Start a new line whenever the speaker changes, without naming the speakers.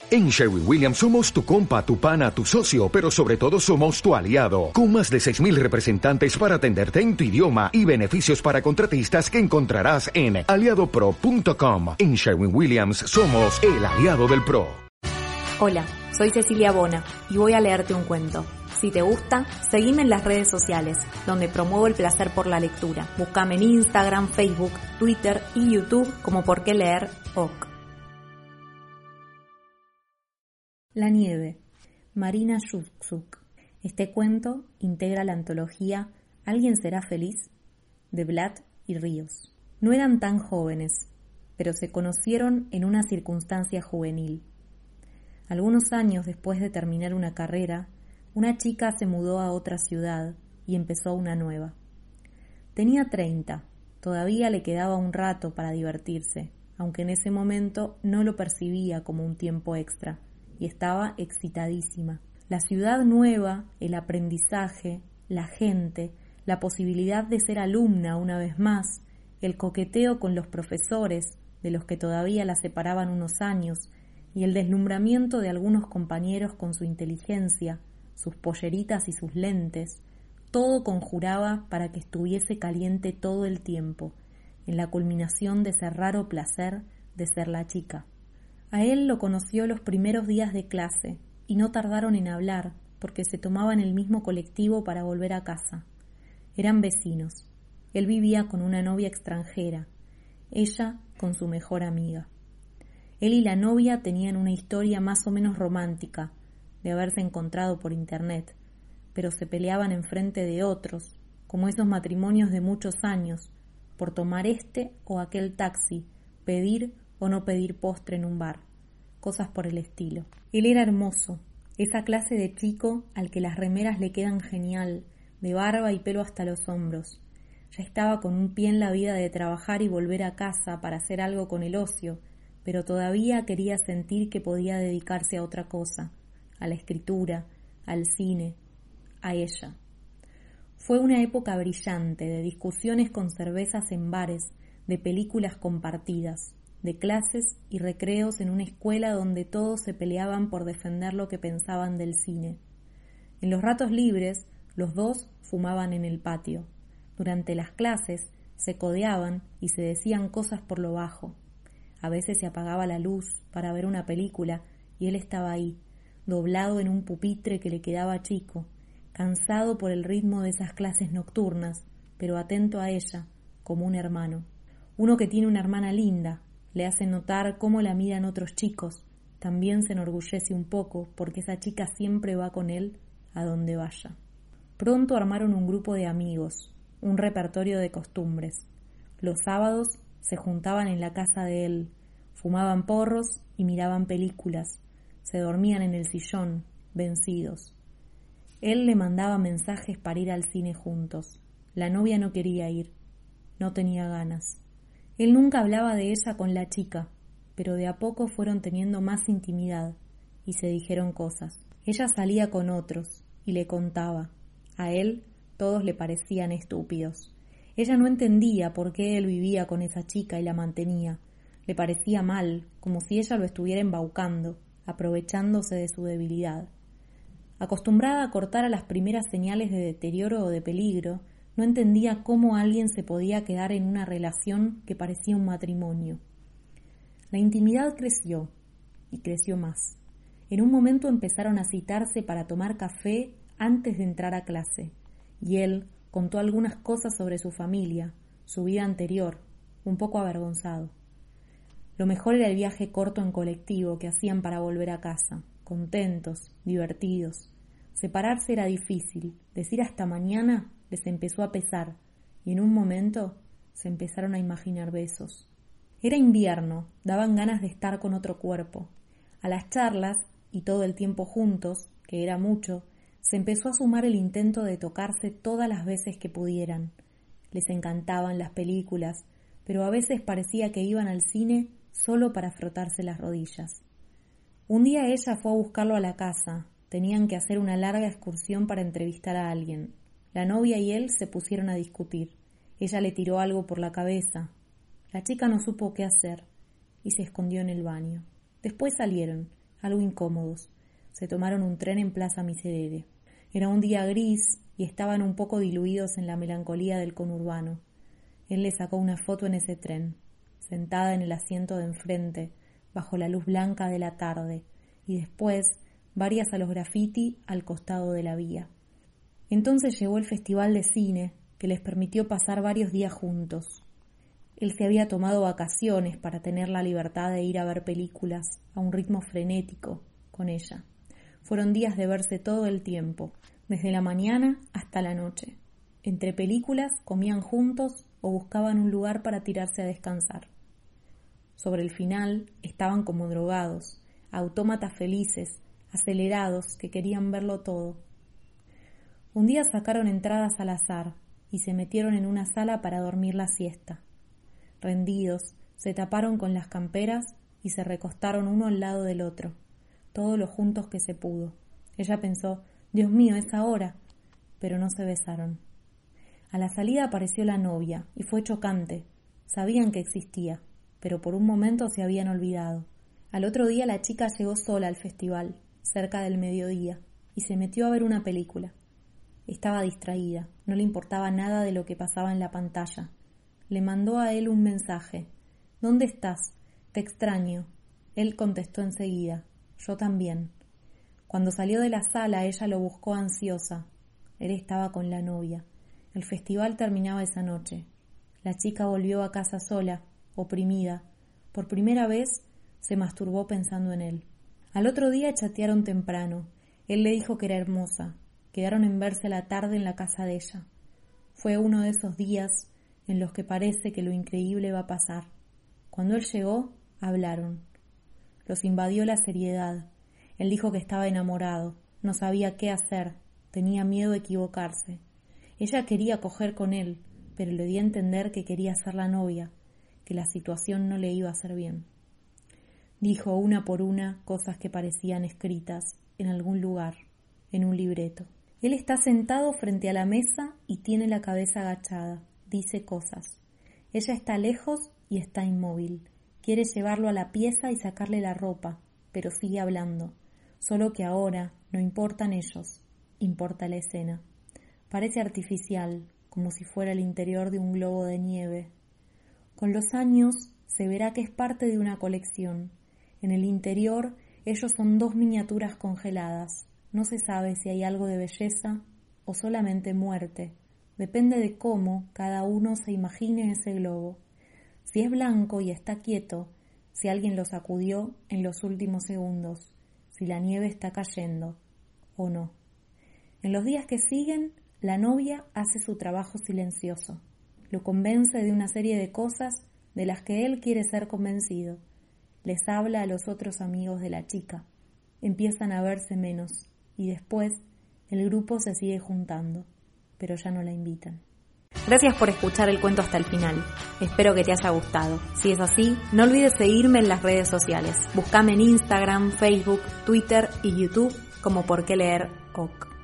En Sherwin-Williams somos tu compa, tu pana, tu socio, pero sobre todo somos tu aliado, con más de 6,000 representantes para atenderte en tu idioma y beneficios para contratistas que encontrarás en aliadopro.com. En Sherwin-Williams somos el aliado del pro.
Hola, soy Cecilia Bona y voy a leerte un cuento. Si te gusta, seguime en las redes sociales, donde promuevo el placer por la lectura. Búscame en Instagram, Facebook, Twitter y YouTube como Por qué leer OK. La nieve, Marina Shubsuk. Este cuento integra la antología ¿Alguien será feliz?, de Blatt y Ríos. No eran tan jóvenes, pero se conocieron en una circunstancia juvenil. Algunos años después de terminar una carrera, una chica se mudó a otra ciudad y empezó una nueva. Tenía 30, todavía le quedaba un rato para divertirse, aunque en ese momento no lo percibía como un tiempo extra. Y estaba excitadísima. La ciudad nueva, el aprendizaje, la gente, la posibilidad de ser alumna una vez más, el coqueteo con los profesores, de los que todavía la separaban unos años, y el deslumbramiento de algunos compañeros con su inteligencia, sus polleritas y sus lentes, todo conjuraba para que estuviese caliente todo el tiempo, en la culminación de ese raro placer de ser la chica. A él lo conoció los primeros días de clase y no tardaron en hablar porque se tomaban el mismo colectivo para volver a casa. Eran vecinos. Él vivía con una novia extranjera, ella con su mejor amiga. Él y la novia tenían una historia más o menos romántica de haberse encontrado por internet, pero se peleaban enfrente de otros, como esos matrimonios de muchos años, por tomar este o aquel taxi, pedir o no pedir postre en un bar, cosas por el estilo. Él era hermoso, esa clase de chico al que las remeras le quedan genial, de barba y pelo hasta los hombros. Ya estaba con un pie en la vida de trabajar y volver a casa para hacer algo con el ocio, pero todavía quería sentir que podía dedicarse a otra cosa, a la escritura, al cine, a ella. Fue una época brillante de discusiones con cervezas en bares, de películas compartidas, de clases y recreos en una escuela donde todos se peleaban por defender lo que pensaban del cine. En los ratos libres, los dos fumaban en el patio. Durante las clases, se codeaban y se decían cosas por lo bajo. A veces se apagaba la luz para ver una película y él estaba ahí, doblado en un pupitre que le quedaba chico, cansado por el ritmo de esas clases nocturnas, pero atento a ella, como un hermano. Uno que tiene una hermana linda, le hace notar cómo la miran otros chicos, también se enorgullece un poco porque esa chica siempre va con él a donde vaya. Pronto armaron un grupo de amigos, un repertorio de costumbres. Los sábados se juntaban en la casa de él, fumaban porros y miraban películas, se dormían en el sillón, vencidos. Él le mandaba mensajes para ir al cine juntos. La novia no quería ir, no tenía ganas. Él nunca hablaba de ella con la chica, pero de a poco fueron teniendo más intimidad y se dijeron cosas. Ella salía con otros y le contaba. A él todos le parecían estúpidos. Ella no entendía por qué él vivía con esa chica y la mantenía. Le parecía mal, como si ella lo estuviera embaucando, aprovechándose de su debilidad. Acostumbrada a cortar a las primeras señales de deterioro o de peligro, no entendía cómo alguien se podía quedar en una relación que parecía un matrimonio. La intimidad creció, y creció más. En un momento empezaron a citarse para tomar café antes de entrar a clase, y él contó algunas cosas sobre su familia, su vida anterior, un poco avergonzado. Lo mejor era el viaje corto en colectivo que hacían para volver a casa, contentos, divertidos. Separarse era difícil, decir hasta mañana les empezó a pesar, y en un momento se empezaron a imaginar besos. Era invierno, daban ganas de estar con otro cuerpo. A las charlas, y todo el tiempo juntos, que era mucho, se empezó a sumar el intento de tocarse todas las veces que pudieran. Les encantaban las películas, pero a veces parecía que iban al cine solo para frotarse las rodillas. Un día ella fue a buscarlo a la casa. Tenían que hacer una larga excursión para entrevistar a alguien. La novia y él se pusieron a discutir. Ella le tiró algo por la cabeza. La chica no supo qué hacer y se escondió en el baño. Después salieron algo incómodos. Se tomaron un tren en Plaza Miserere. Era un día gris y estaban un poco diluidos en la melancolía del conurbano. Él le sacó una foto en ese tren, sentada en el asiento de enfrente, bajo la luz blanca de la tarde, y después varias a los graffiti al costado de la vía. Entonces llegó el festival de cine, que les permitió pasar varios días juntos. Él se había tomado vacaciones para tener la libertad de ir a ver películas a un ritmo frenético con ella. Fueron días de verse todo el tiempo, desde la mañana hasta la noche. Entre películas comían juntos o buscaban un lugar para tirarse a descansar. Sobre el final estaban como drogados, autómatas felices, acelerados, que querían verlo todo. Un día sacaron entradas al azar y se metieron en una sala para dormir la siesta. Rendidos, se taparon con las camperas y se recostaron uno al lado del otro, todo lo juntos que se pudo. Ella pensó, Dios mío, es ahora, pero no se besaron. A la salida apareció la novia y fue chocante. Sabían que existía, pero por un momento se habían olvidado. Al otro día la chica llegó sola al festival, cerca del mediodía, y se metió a ver una película. Estaba distraída, no le importaba nada de lo que pasaba en la pantalla. Le mandó a él un mensaje. ¿Dónde estás? Te extraño. Él contestó enseguida. Yo también. Cuando salió de la sala, ella lo buscó ansiosa. Él estaba con la novia. El festival terminaba esa noche. La chica volvió a casa sola, oprimida. Por primera vez se masturbó pensando en él. Al otro día chatearon temprano. Él le dijo que era hermosa. Quedaron en verse a la tarde en la casa de ella. Fue uno de esos días en los que parece que lo increíble va a pasar. Cuando él llegó, hablaron. Los invadió la seriedad. Él dijo que estaba enamorado, no sabía qué hacer, tenía miedo de equivocarse. Ella quería coger con él, pero le di a entender que quería ser la novia, que la situación no le iba a hacer bien. Dijo una por una cosas que parecían escritas en algún lugar, en un libreto. Él está sentado frente a la mesa y tiene la cabeza agachada. Dice cosas. Ella está lejos y está inmóvil. Quiere llevarlo a la pieza y sacarle la ropa, pero sigue hablando. Solo que ahora no importan ellos, importa la escena. Parece artificial, como si fuera el interior de un globo de nieve. Con los años se verá que es parte de una colección. En el interior ellos son 2 miniaturas congeladas. No se sabe si hay algo de belleza o solamente muerte. Depende de cómo cada uno se imagine ese globo. Si es blanco y está quieto, si alguien lo sacudió en los últimos segundos, si la nieve está cayendo o no. En los días que siguen, la novia hace su trabajo silencioso. Lo convence de una serie de cosas de las que él quiere ser convencido. Les habla a los otros amigos de la chica. Empiezan a verse menos y después el grupo se sigue juntando, pero ya no la invitan. Gracias por escuchar el cuento hasta el final. Espero que te haya gustado. Si es así, no olvides seguirme en las redes sociales. Búscame en Instagram, Facebook, Twitter y YouTube como Por qué leer OK.